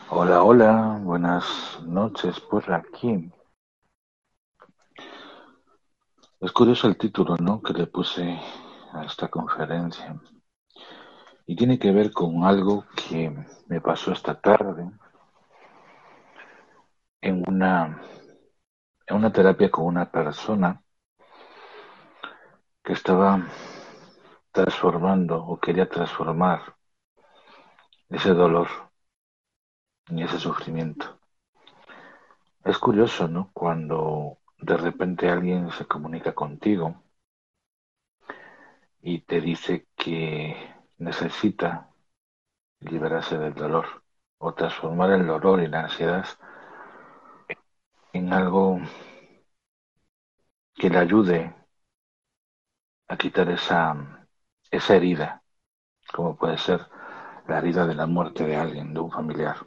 Hola, hola, buenas noches por aquí. Es curioso el título, ¿no? Que le puse a esta conferencia. Y tiene que ver con algo que me pasó esta tarde en una terapia con una persona que estaba transformando o quería transformar ese dolor y ese sufrimiento. Es curioso, ¿no? Cuando de repente alguien se comunica contigo y te dice que necesita liberarse del dolor o transformar el dolor y la ansiedad en algo que le ayude a quitar esa herida, como puede ser la herida de la muerte de alguien, de un familiar.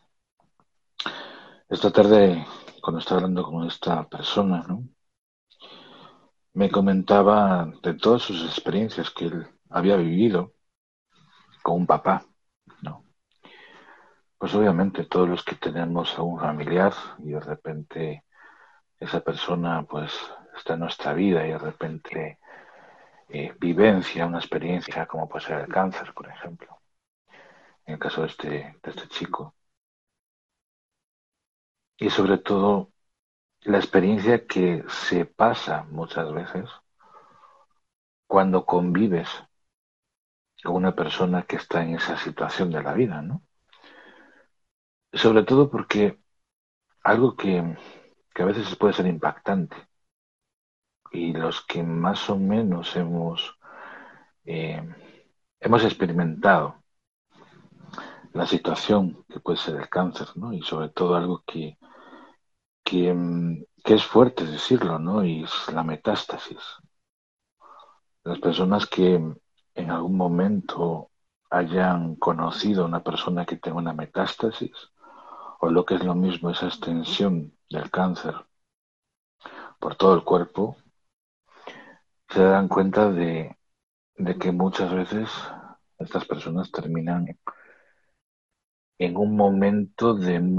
Esta tarde, cuando estaba hablando con esta persona, ¿no? Me comentaba de todas sus experiencias que él había vivido con un papá, ¿no? Pues obviamente todos los que tenemos a un familiar y de repente esa persona pues está en nuestra vida y de repente vivencia, una experiencia como puede ser el cáncer, por ejemplo, en el caso de este chico. Y sobre todo la experiencia que se pasa muchas veces cuando convives con una persona que está en esa situación de la vida, ¿no? Sobre todo porque algo que a veces puede ser impactante y los que más o menos eh, hemos experimentado la situación que puede ser el cáncer, ¿no? Y sobre todo algo que es fuerte decirlo, ¿no? Y es la metástasis. Las personas que en algún momento hayan conocido a una persona que tenga una metástasis, o lo que es lo mismo, esa extensión del cáncer por todo el cuerpo, se dan cuenta de que muchas veces estas personas terminan en un momento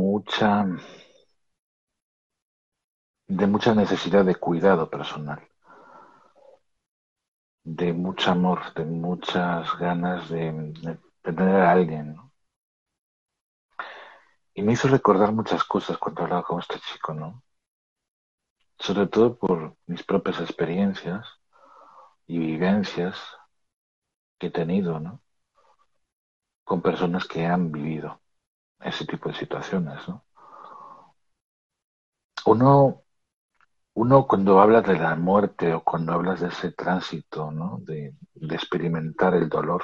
de mucha necesidad de cuidado personal, de mucho amor, de muchas ganas de tener a alguien, ¿no? Y me hizo recordar muchas cosas cuando hablaba con este chico, ¿no? Sobre todo por mis propias experiencias y vivencias que he tenido, ¿no? Con personas que han vivido ese tipo de situaciones, ¿no? Uno, uno cuando habla de la muerte o cuando hablas de ese tránsito, ¿no? De experimentar el dolor,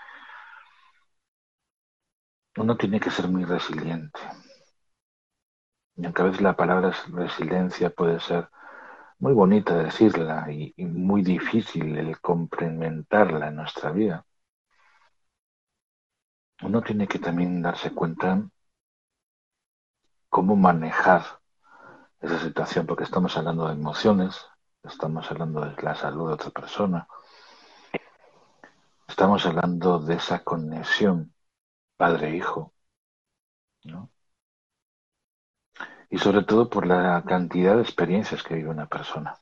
uno tiene que ser muy resiliente. Y aunque a veces la palabra resiliencia puede ser muy bonita decirla y muy difícil el complementarla en nuestra vida, uno tiene que también darse cuenta cómo manejar esa situación, porque estamos hablando de emociones, estamos hablando de la salud de otra persona, estamos hablando de esa conexión padre-hijo, ¿no? Y sobre todo por la cantidad de experiencias que vive una persona.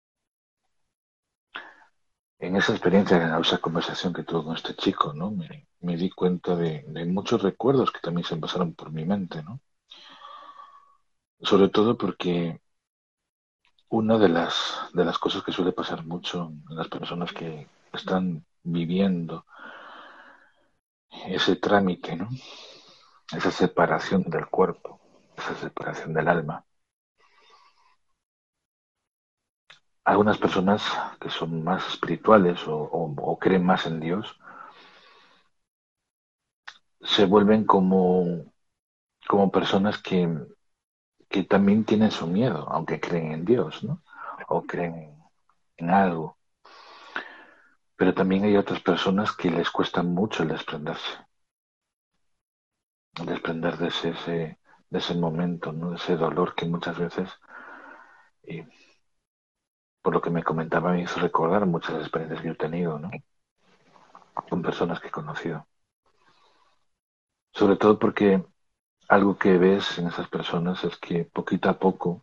En esa experiencia, en esa conversación que tuve con este chico, ¿no? Me di cuenta de muchos recuerdos que también se pasaron por mi mente, ¿no? Sobre todo porque una de las cosas que suele pasar mucho en las personas que están viviendo ese trámite, ¿no? Esa separación del cuerpo, esa separación del alma. Algunas personas que son más espirituales o creen más en Dios se vuelven como personas que también tienen su miedo, aunque creen en Dios, ¿no? O creen en algo. Pero también hay otras personas que les cuesta mucho el desprender de ese momento, ¿no? De ese dolor que muchas veces, eh, por lo que me comentaba, me hizo recordar muchas experiencias que yo he tenido, ¿no? Con personas que he conocido. Sobre todo porque algo que ves en esas personas es que poquito a poco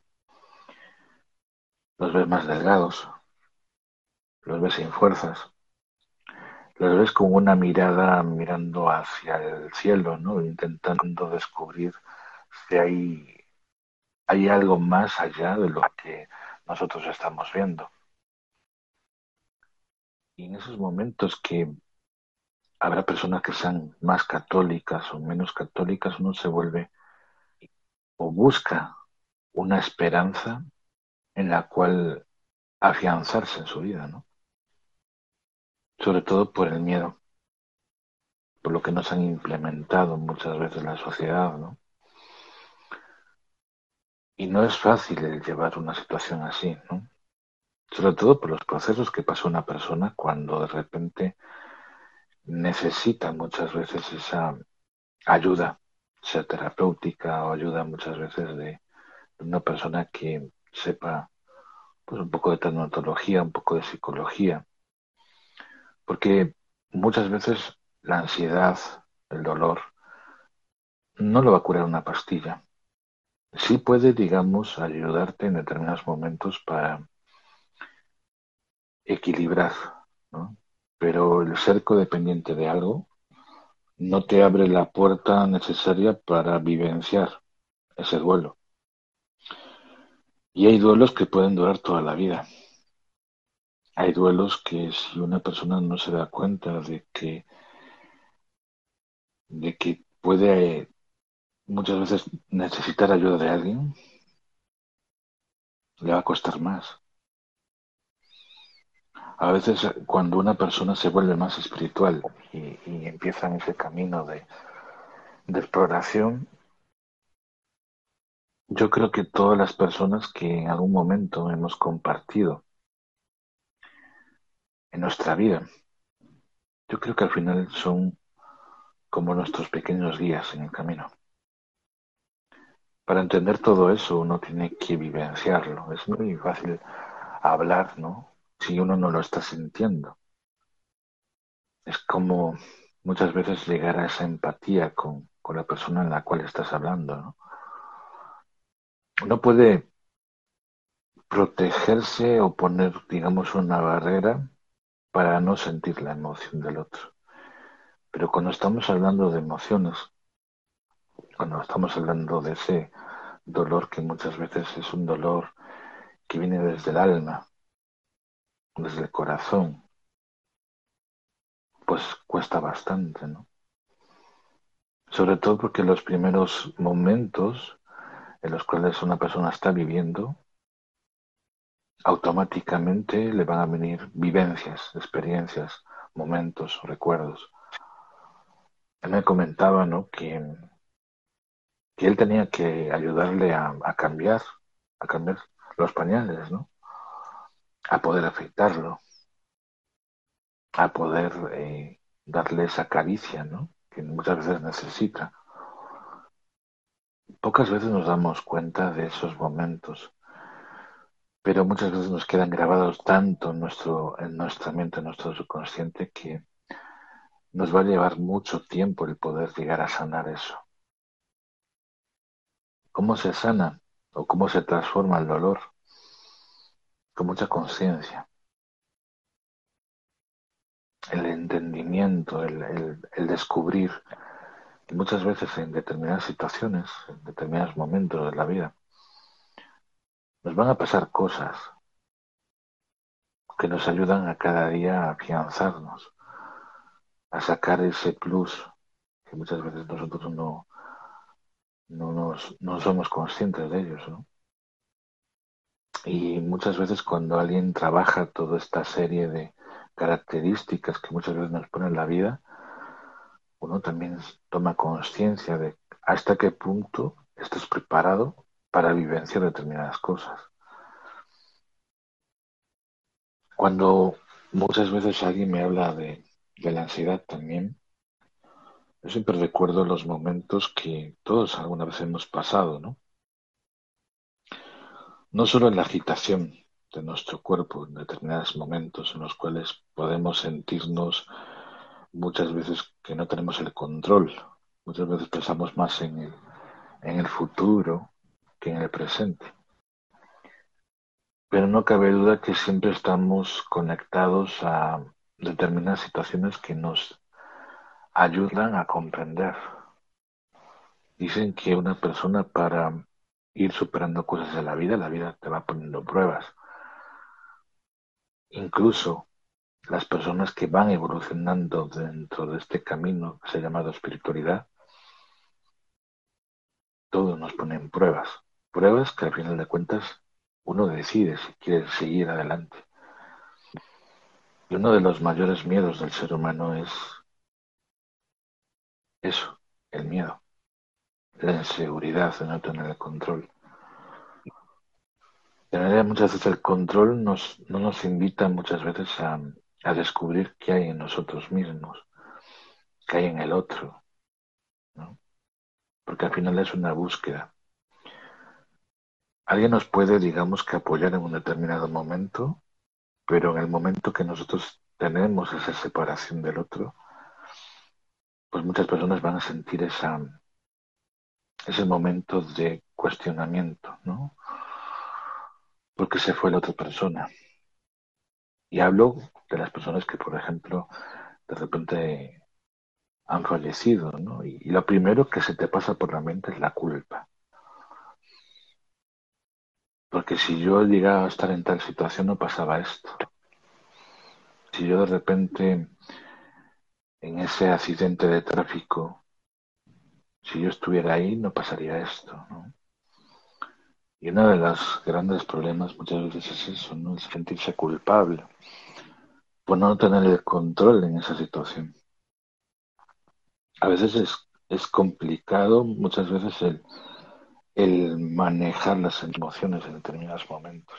los ves más delgados, los ves sin fuerzas, los ves con una mirada mirando hacia el cielo, ¿no? Intentando descubrir si hay algo más allá de lo que nosotros estamos viendo. Y en esos momentos que habrá personas que sean más católicas o menos católicas, uno se vuelve o busca una esperanza en la cual afianzarse en su vida, ¿no? Sobre todo por el miedo, por lo que nos han implementado muchas veces la sociedad, ¿no? Y no es fácil el llevar una situación así, ¿no? Sobre todo por los procesos que pasa una persona cuando de repente necesita muchas veces esa ayuda, sea terapéutica o ayuda muchas veces de una persona que sepa pues un poco de tanatología, un poco de psicología, porque muchas veces la ansiedad, el dolor, no lo va a curar una pastilla. Sí puede, digamos, ayudarte en determinados momentos para equilibrar, ¿no? Pero el ser codependiente de algo no te abre la puerta necesaria para vivenciar ese duelo. Y hay duelos que pueden durar toda la vida. Hay duelos que si una persona no se da cuenta de que puede muchas veces necesitar ayuda de alguien, le va a costar más. A veces cuando una persona se vuelve más espiritual y empieza en ese camino de exploración, yo creo que todas las personas que en algún momento hemos compartido en nuestra vida, yo creo que al final son como nuestros pequeños guías en el camino. Para entender todo eso uno tiene que vivenciarlo. Es muy fácil hablar, ¿no? Si uno no lo está sintiendo. Es como muchas veces llegar a esa empatía con la persona en la cual estás hablando, ¿no? Uno puede protegerse o poner, digamos, una barrera para no sentir la emoción del otro. Pero cuando estamos hablando de emociones, cuando estamos hablando de ese dolor que muchas veces es un dolor que viene desde el alma, desde el corazón, pues cuesta bastante, ¿no? Sobre todo porque los primeros momentos en los cuales una persona está viviendo, automáticamente le van a venir vivencias, experiencias, momentos, recuerdos. Él me comentaba, ¿no? que él tenía que ayudarle a cambiar los pañales, ¿no? A poder afeitarlo, a poder darle esa caricia, ¿no? Que muchas veces necesita. Pocas veces nos damos cuenta de esos momentos, pero muchas veces nos quedan grabados tanto en nuestra mente, en nuestro subconsciente, que nos va a llevar mucho tiempo el poder llegar a sanar eso. ¿Cómo se sana o cómo se transforma el dolor? Con mucha conciencia, el entendimiento, el descubrir que muchas veces en determinadas situaciones, en determinados momentos de la vida, nos van a pasar cosas que nos ayudan a cada día a afianzarnos, a sacar ese plus que muchas veces nosotros no somos conscientes de ellos, ¿no? Y muchas veces cuando alguien trabaja toda esta serie de características que muchas veces nos pone en la vida, uno también toma conciencia de hasta qué punto estás preparado para vivenciar determinadas cosas. Cuando muchas veces alguien me habla de la ansiedad también, yo siempre recuerdo los momentos que todos alguna vez hemos pasado, ¿no? No solo en la agitación de nuestro cuerpo en determinados momentos en los cuales podemos sentirnos muchas veces que no tenemos el control. Muchas veces pensamos más en el futuro que en el presente. Pero no cabe duda que siempre estamos conectados a determinadas situaciones que nos ayudan a comprender. Dicen que una persona para ir superando cosas de la vida te va poniendo pruebas. Incluso las personas que van evolucionando dentro de este camino que se ha llamado espiritualidad, todos nos ponen pruebas. Pruebas que al final de cuentas uno decide si quiere seguir adelante. Y uno de los mayores miedos del ser humano es eso, el miedo, la inseguridad de no tener el control. De manera muchas veces el control no nos invita muchas veces a descubrir qué hay en nosotros mismos, qué hay en el otro, ¿no? Porque al final es una búsqueda. Alguien nos puede, digamos, que apoyar en un determinado momento, pero en el momento que nosotros tenemos esa separación del otro, pues muchas personas van a sentir ese momento de cuestionamiento, ¿no? Porque se fue la otra persona. Y hablo de las personas que, por ejemplo, de repente han fallecido, ¿no? Y lo primero que se te pasa por la mente es la culpa. Porque si yo llegaba a estar en tal situación no pasaba esto. Si yo de repente en ese accidente de tráfico, si yo estuviera ahí no pasaría esto, ¿no? Y uno de los grandes problemas muchas veces es eso, ¿no? Es sentirse culpable por no tener el control en esa situación. A veces es complicado, muchas veces el manejar las emociones en determinados momentos.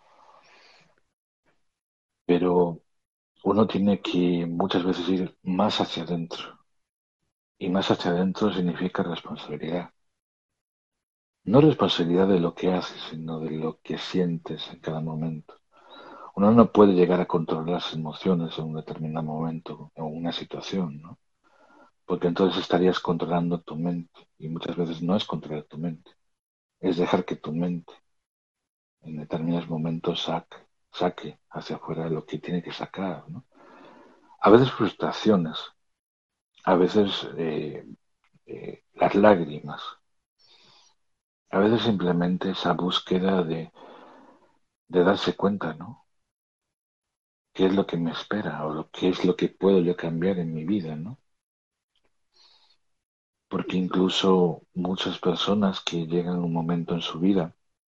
Pero uno tiene que muchas veces ir más hacia adentro. Y más hacia adentro significa responsabilidad. No responsabilidad de lo que haces, sino de lo que sientes en cada momento. Uno no puede llegar a controlar las emociones en un determinado momento o una situación, ¿no? Porque entonces estarías controlando tu mente. Y muchas veces no es controlar tu mente, es dejar que tu mente en determinados momentos saque hacia afuera lo que tiene que sacar, ¿no? A veces frustraciones, a veces las lágrimas, a veces simplemente esa búsqueda de darse cuenta, ¿no? ¿Qué es lo que me espera o qué es lo que puedo yo cambiar en mi vida, ¿no? Porque incluso muchas personas que llegan a un momento en su vida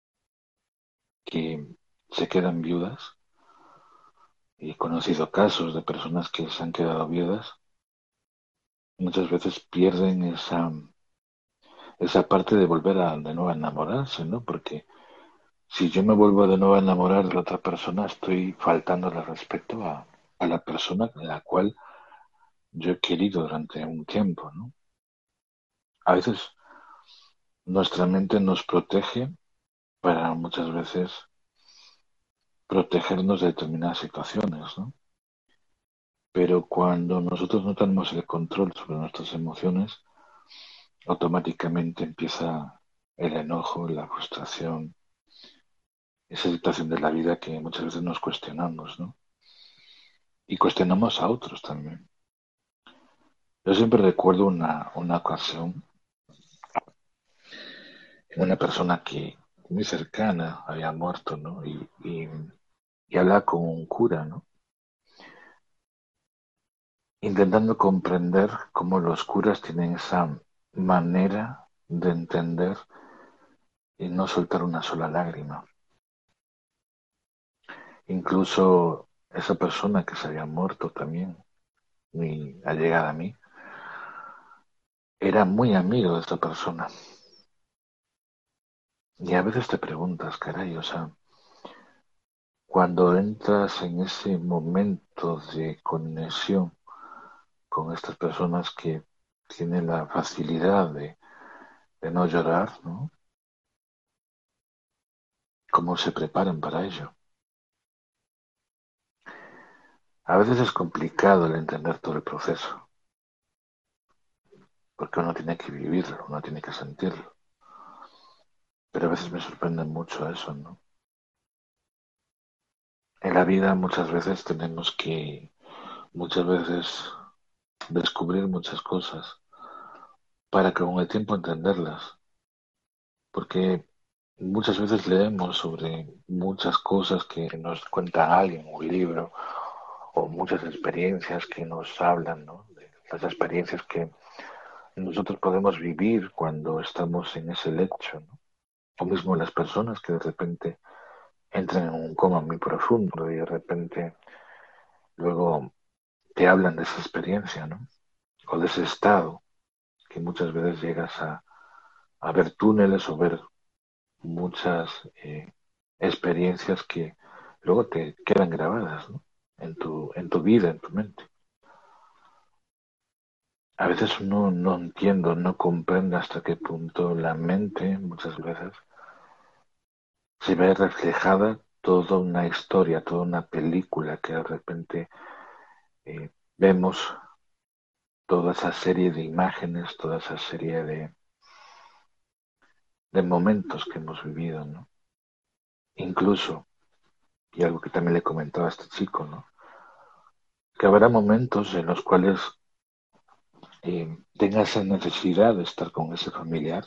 que se quedan viudas, y he conocido casos de personas que se han quedado viudas, muchas veces pierden esa parte de volver de nuevo a enamorarse, ¿no? Porque si yo me vuelvo de nuevo a enamorar de la otra persona, estoy faltándole respeto a la persona a la cual yo he querido durante un tiempo, ¿no? A veces nuestra mente nos protege para muchas veces protegernos de determinadas situaciones, ¿no? Pero cuando nosotros no tenemos el control sobre nuestras emociones, automáticamente empieza el enojo, la frustración, esa situación de la vida que muchas veces nos cuestionamos, ¿no? Y cuestionamos a otros también. Yo siempre recuerdo una ocasión en una persona que muy cercana había muerto, ¿no? Y hablaba con un cura, ¿no? Intentando comprender cómo los curas tienen esa manera de entender y no soltar una sola lágrima. Incluso esa persona que se había muerto también, muy allegada a mí, era muy amigo de esa persona. Y a veces te preguntas, caray, o sea, cuando entras en ese momento de conexión con estas personas que tienen la facilidad de no llorar, ¿no? ¿Cómo se preparan para ello? A veces es complicado el entender todo el proceso, porque uno tiene que vivirlo, uno tiene que sentirlo. pero a veces me sorprende mucho eso, ¿no? En la vida muchas veces tenemos que, muchas veces, descubrir muchas cosas para que con el tiempo entenderlas, porque muchas veces leemos sobre muchas cosas que nos cuenta alguien, un libro, o muchas experiencias que nos hablan, ¿no? De las experiencias que nosotros podemos vivir cuando estamos en ese lecho, ¿no? O mismo las personas que de repente entran en un coma muy profundo y de repente luego te hablan de esa experiencia, ¿no? O de ese estado que muchas veces llegas a ver túneles o ver muchas experiencias que luego te quedan grabadas, ¿no? En tu vida, en tu mente. A veces uno no entiendo, no comprende hasta qué punto la mente, muchas veces, se ve reflejada toda una historia, toda una película que de repente vemos toda esa serie de imágenes, toda esa serie de momentos que hemos vivido, ¿no? Incluso, y algo que también le comentaba a este chico, ¿no? Que habrá momentos en los cuales tenga esa necesidad de estar con ese familiar,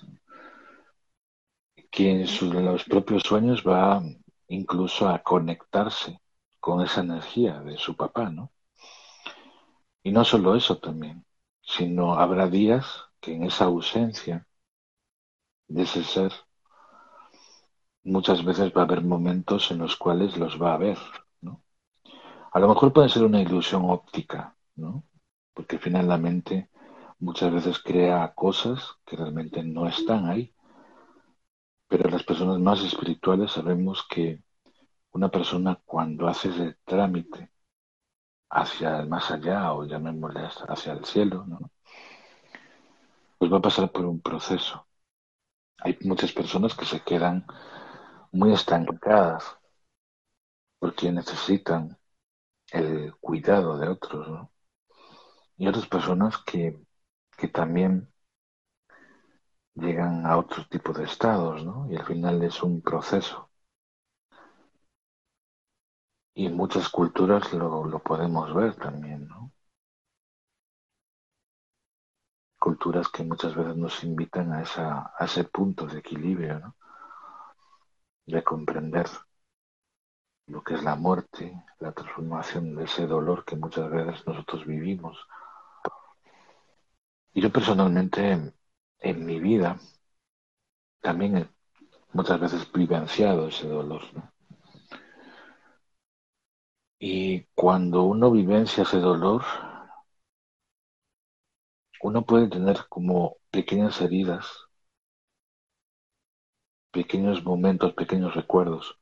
que en los propios sueños va incluso a conectarse con esa energía de su papá, ¿no? Y no solo eso también, sino habrá días que en esa ausencia de ese ser, muchas veces va a haber momentos en los cuales los va a ver, ¿no? A lo mejor puede ser una ilusión óptica, ¿no? Porque finalmente muchas veces crea cosas que realmente no están ahí. Pero las personas más espirituales sabemos que una persona cuando hace ese trámite hacia el más allá o llamémosle hacia el cielo, ¿no? Pues va a pasar por un proceso. Hay muchas personas que se quedan muy estancadas porque necesitan el cuidado de otros, ¿no? Y otras personas que también llegan a otro tipo de estados, ¿no? Y al final es un proceso. Y en muchas culturas lo podemos ver también, ¿no? Culturas que muchas veces nos invitan a ese punto de equilibrio, ¿no? De comprender lo que es la muerte, la transformación de ese dolor que muchas veces nosotros vivimos. Y yo personalmente en mi vida también he muchas veces vivenciado ese dolor, ¿no? Y cuando uno vivencia ese dolor, uno puede tener como pequeñas heridas, pequeños momentos, pequeños recuerdos.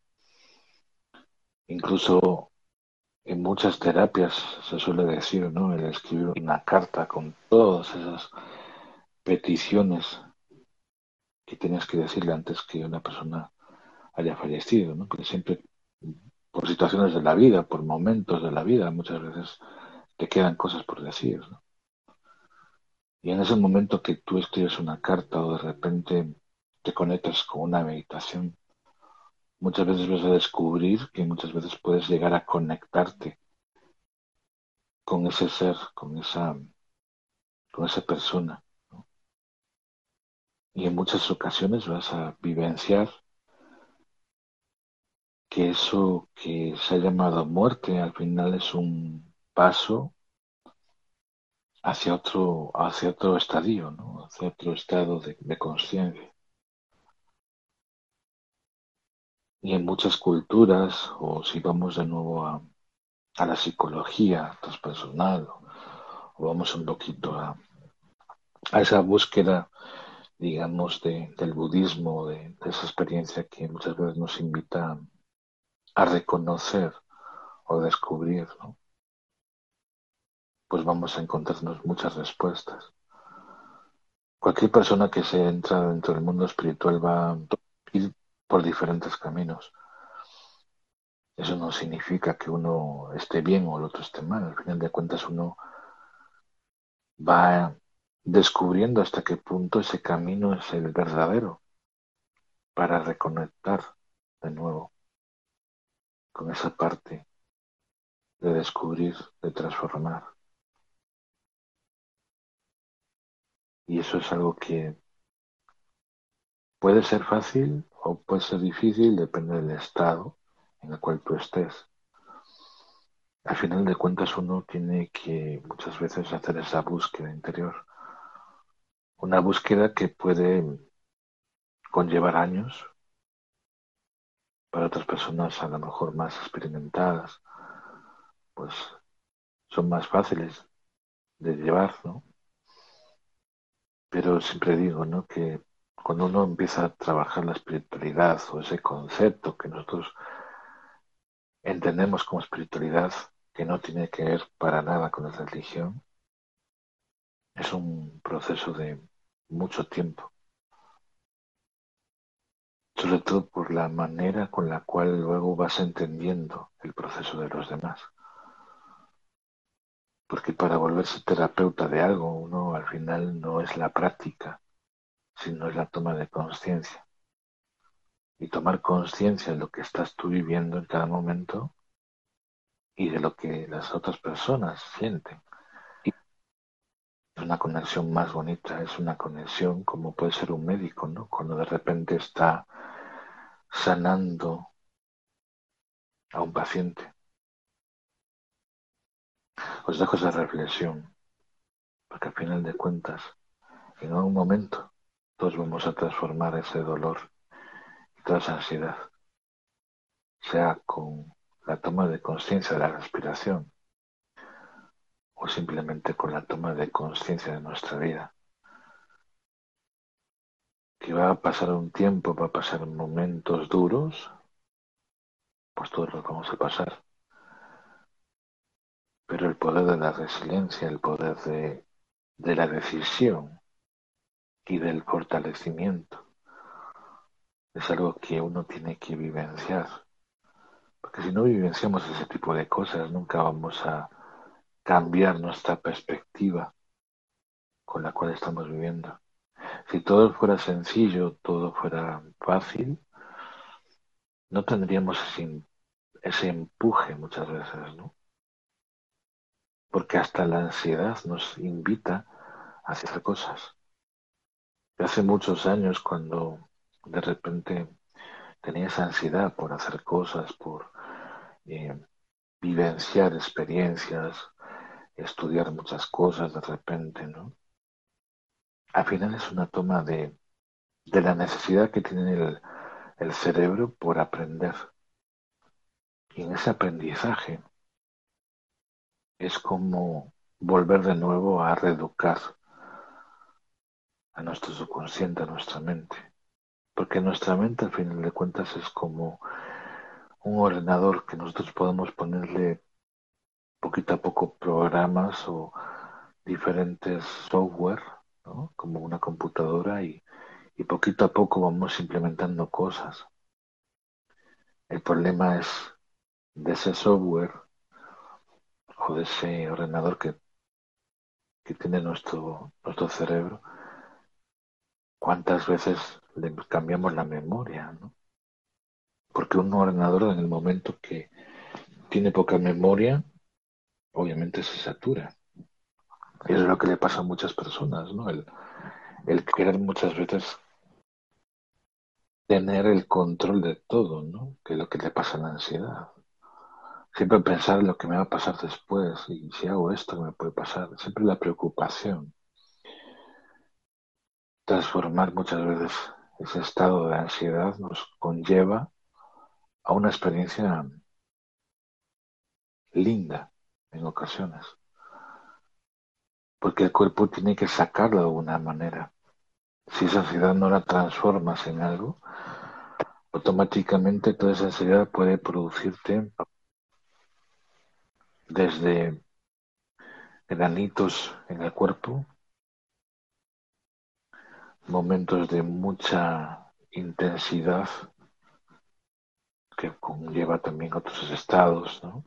Incluso en muchas terapias se suele decir, ¿no? El escribir una carta con todas esas peticiones que tienes que decirle antes que una persona haya fallecido, ¿no? Porque siempre, por situaciones de la vida, por momentos de la vida, muchas veces te quedan cosas por decir, ¿no? Y en ese momento que tú escribes una carta o de repente te conectas con una meditación, muchas veces vas a descubrir que muchas veces puedes llegar a conectarte con ese ser, con esa persona, ¿no? Y en muchas ocasiones vas a vivenciar que eso que se ha llamado muerte al final es un paso hacia otro estadio, ¿no? Hacia otro estado de conciencia. Y en muchas culturas, o si vamos de nuevo a la psicología transpersonal, o vamos un poquito a esa búsqueda, digamos, del budismo, de esa experiencia que muchas veces nos invita a reconocer o descubrir, ¿no? Pues vamos a encontrarnos muchas respuestas. Cualquier persona que se entra dentro del mundo espiritual va a ir por diferentes caminos. Eso no significa que uno esté bien o el otro esté mal. Al final de cuentas uno va descubriendo hasta qué punto ese camino es el verdadero. para reconectar de nuevo con esa parte de descubrir, de transformar. Y eso es algo que puede ser fácil o puede ser difícil, depende del estado en el cual tú estés. Al final de cuentas uno tiene que muchas veces hacer esa búsqueda interior. Una búsqueda que puede conllevar años, para otras personas a lo mejor más experimentadas, pues son más fáciles de llevar, ¿no? Pero siempre digo, ¿no? Que cuando uno empieza a trabajar la espiritualidad o ese concepto que nosotros entendemos como espiritualidad, que no tiene que ver para nada con la religión, es un proceso de mucho tiempo, sobre todo por la manera con la cual luego vas entendiendo el proceso de los demás. Porque para volverse terapeuta de algo, uno al final no es la práctica, sino es la toma de conciencia. Y tomar conciencia de lo que estás tú viviendo en cada momento y de lo que las otras personas sienten. Es una conexión más bonita, es una conexión como puede ser un médico, ¿no? Cuando de repente está sanando a un paciente. Os dejo esa reflexión, porque al final de cuentas, en algún momento, todos vamos a transformar ese dolor y toda esa ansiedad, sea con la toma de conciencia de la respiración o simplemente con la toma de conciencia de nuestra vida. Que va a pasar un tiempo, va a pasar momentos duros, pues todos los vamos a pasar. Pero el poder de la resiliencia, el poder de la decisión y del fortalecimiento es algo que uno tiene que vivenciar. Porque si no vivenciamos ese tipo de cosas, nunca vamos a cambiar nuestra perspectiva con la cual estamos viviendo. Si todo fuera sencillo, todo fuera fácil, no tendríamos ese empuje muchas veces, ¿no? Porque hasta la ansiedad nos invita a hacer cosas. Hace muchos años, cuando de repente tenía esa ansiedad por hacer cosas, por eh, vivenciar experiencias, estudiar muchas cosas de repente, ¿no? Al final es una toma de la necesidad que tiene el cerebro por aprender. Y en ese aprendizaje es como volver de nuevo a reeducar a nuestro subconsciente, a nuestra mente. Porque nuestra mente, al final de cuentas, es como un ordenador que nosotros podemos ponerle poquito a poco programas o diferentes software, ¿no? Como una computadora y poquito a poco vamos implementando cosas. El problema es de ese software o de ese ordenador que tiene nuestro cerebro, cuántas veces le cambiamos la memoria, ¿no? Porque un ordenador en el momento que tiene poca memoria, obviamente se satura. Y eso es lo que le pasa a muchas personas, ¿no? El querer muchas veces tener el control de todo, ¿no? Que es lo que le pasa a la ansiedad. Siempre pensar en lo que me va a pasar después y si hago esto, ¿qué me puede pasar? Siempre la preocupación. Transformar muchas veces ese estado de ansiedad nos conlleva a una experiencia linda en ocasiones, porque el cuerpo tiene que sacarlo de alguna manera. Si esa ansiedad no la transformas en algo, automáticamente toda esa ansiedad puede producirte desde granitos en el cuerpo, momentos de mucha intensidad que conlleva también otros estados, ¿no?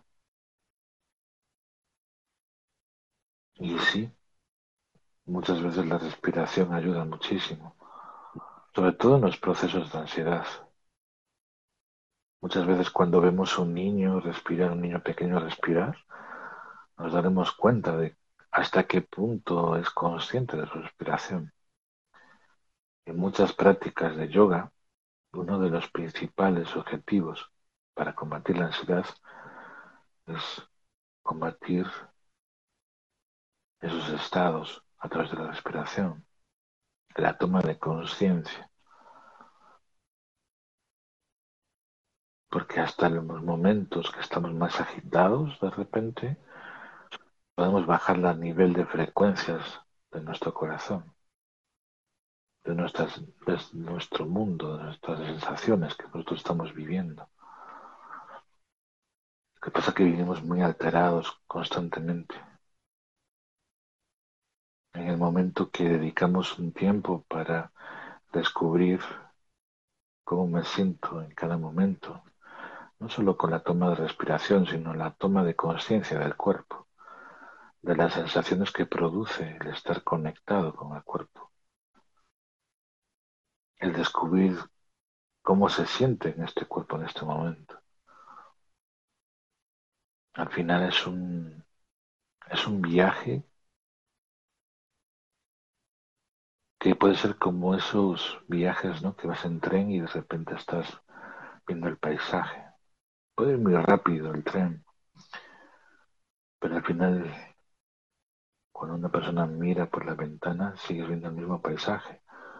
Y sí, muchas veces la respiración ayuda muchísimo. sobre todo en los procesos de ansiedad. Muchas veces cuando vemos a un niño respirar, un niño pequeño respirar, nos daremos cuenta de hasta qué punto es consciente de su respiración. En muchas prácticas de yoga, uno de los principales objetivos para combatir la ansiedad es combatir esos estados a través de la respiración, la toma de conciencia, porque hasta en los momentos que estamos más agitados, de repente, podemos bajar el nivel de frecuencias de nuestro corazón, de nuestro mundo, de nuestras sensaciones que nosotros estamos viviendo. Lo que pasa es que vivimos muy alterados constantemente. En el momento que dedicamos un tiempo para descubrir cómo me siento en cada momento, no solo con la toma de respiración, sino la toma de conciencia del cuerpo, de las sensaciones que produce el estar conectado con el cuerpo, el descubrir cómo se siente en este cuerpo en este momento. Al final es un viaje que puede ser como esos viajes, ¿no? Que vas en tren y de repente estás viendo el paisaje. Puede ir muy rápido el tren, pero al final, cuando una persona mira por la ventana, sigues viendo el mismo paisaje.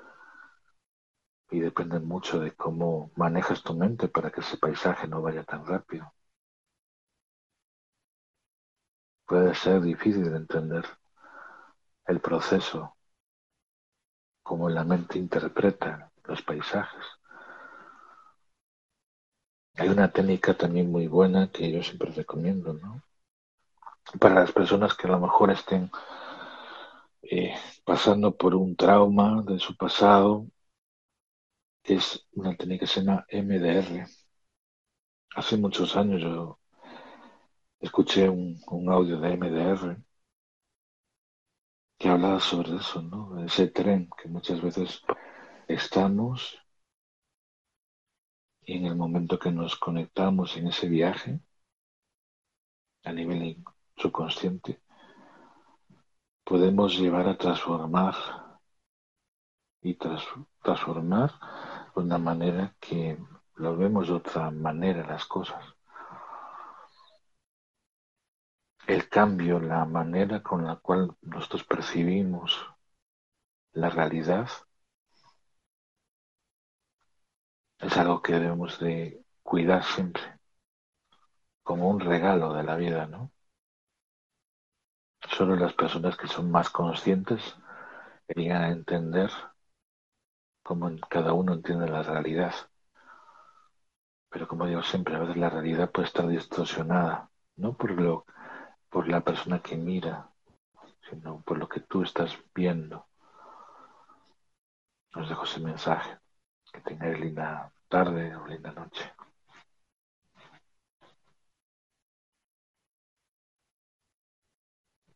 Y depende mucho de cómo manejas tu mente para que ese paisaje no vaya tan rápido. Puede ser difícil de entender el proceso, cómo la mente interpreta los paisajes. Hay una técnica también muy buena que yo siempre recomiendo, ¿no? Para las personas que a lo mejor estén eh, pasando por un trauma de su pasado, que es una técnica que se llama MDR. Hace muchos años yo escuché un audio de MDR que hablaba sobre eso, ¿no? Ese tren que muchas veces estamos y en el momento que nos conectamos en ese viaje a nivel subconsciente, podemos llevar a transformar y transformar de una manera que lo vemos de otra manera las cosas. El cambio, la manera con la cual nosotros percibimos la realidad es algo que debemos de cuidar siempre, como un regalo de la vida, ¿no? Solo las personas que son más conscientes llegan a entender cómo cada uno entiende la realidad. Pero como digo siempre, a veces la realidad puede estar distorsionada, no por la persona que mira, sino por lo que tú estás viendo. Os dejo ese mensaje. Que tengáis linda tarde o linda noche.